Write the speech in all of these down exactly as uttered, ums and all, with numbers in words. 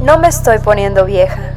No me estoy poniendo vieja.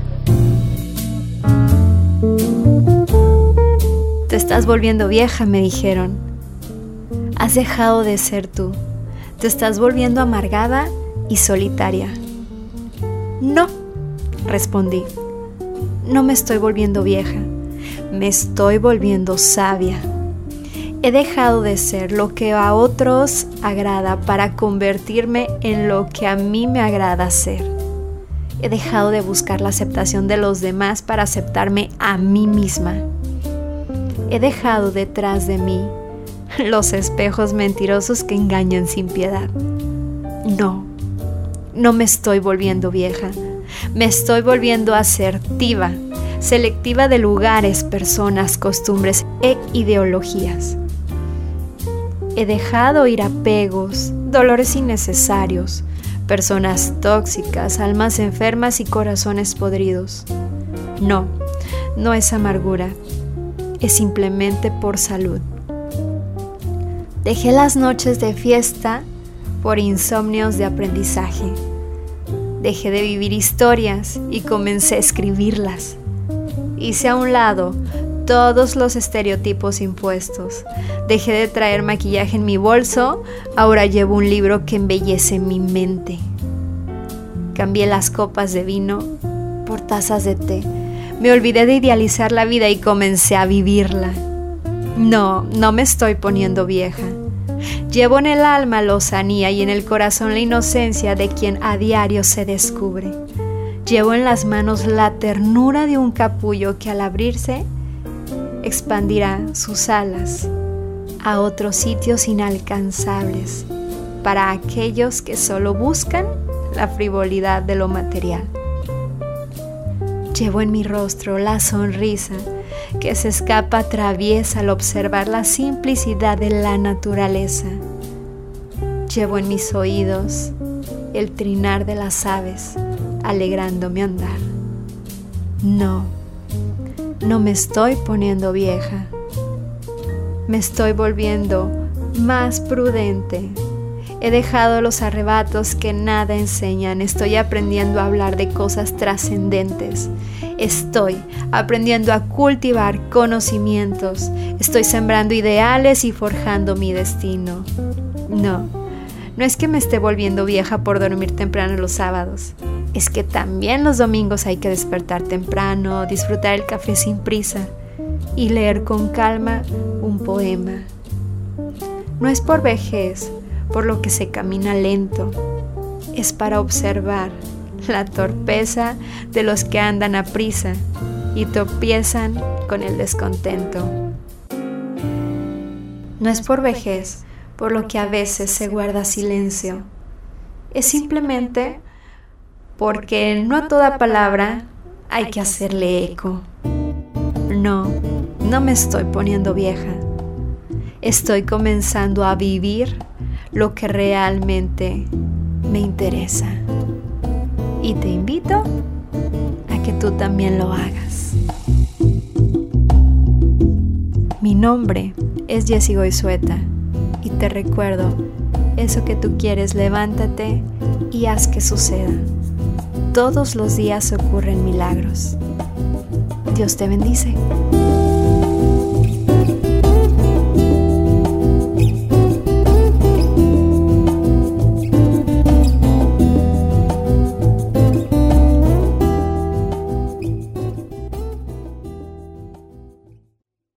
Te estás volviendo vieja, me dijeron. Has dejado de ser tú. Te estás volviendo amargada y solitaria. No, respondí. No me estoy volviendo vieja. Me estoy volviendo sabia. He dejado de ser lo que a otros agrada para convertirme en lo que a mí me agrada ser. He dejado de buscar la aceptación de los demás para aceptarme a mí misma. He dejado detrás de mí los espejos mentirosos que engañan sin piedad. No, no me estoy volviendo vieja. Me estoy volviendo asertiva, selectiva de lugares, personas, costumbres e ideologías. He dejado ir apegos, dolores innecesarios, personas tóxicas, almas enfermas y corazones podridos. No, no es amargura, es simplemente por salud. Dejé las noches de fiesta por insomnios de aprendizaje. Dejé de vivir historias y comencé a escribirlas. Hice a un lado todos los estereotipos impuestos. Dejé de traer maquillaje en mi bolso, ahora llevo un libro que embellece mi mente. Cambié las copas de vino por tazas de té. Me olvidé de idealizar la vida y comencé a vivirla. No, no me estoy poniendo vieja. Llevo en el alma lozanía y en el corazón la inocencia de quien a diario se descubre. Llevo en las manos la ternura de un capullo que al abrirse expandirá sus alas a otros sitios inalcanzables para aquellos que solo buscan la frivolidad de lo material. Llevo en mi rostro la sonrisa que se escapa traviesa al observar la simplicidad de la naturaleza. Llevo en mis oídos el trinar de las aves, alegrándome andar. No, no me estoy poniendo vieja. Me estoy volviendo más prudente. He dejado los arrebatos que nada enseñan. Estoy aprendiendo a hablar de cosas trascendentes. Estoy aprendiendo a cultivar conocimientos. Estoy sembrando ideales y forjando mi destino. No, no es que me esté volviendo vieja por dormir temprano los sábados. Es que también los domingos hay que despertar temprano, disfrutar el café sin prisa y leer con calma un poema. No es por vejez, por lo que se camina lento. Es para observar la torpeza de los que andan a prisa y tropiezan con el descontento. No es por vejez, por lo que a veces se guarda silencio. Es simplemente porque no a toda palabra hay que hacerle eco. No, no me estoy poniendo vieja. Estoy comenzando a vivir lo que realmente me interesa. Y te invito a que tú también lo hagas. Mi nombre es Jessie Goizueta y te recuerdo, eso que tú quieres, levántate y haz que suceda. Todos los días ocurren milagros. Dios te bendice.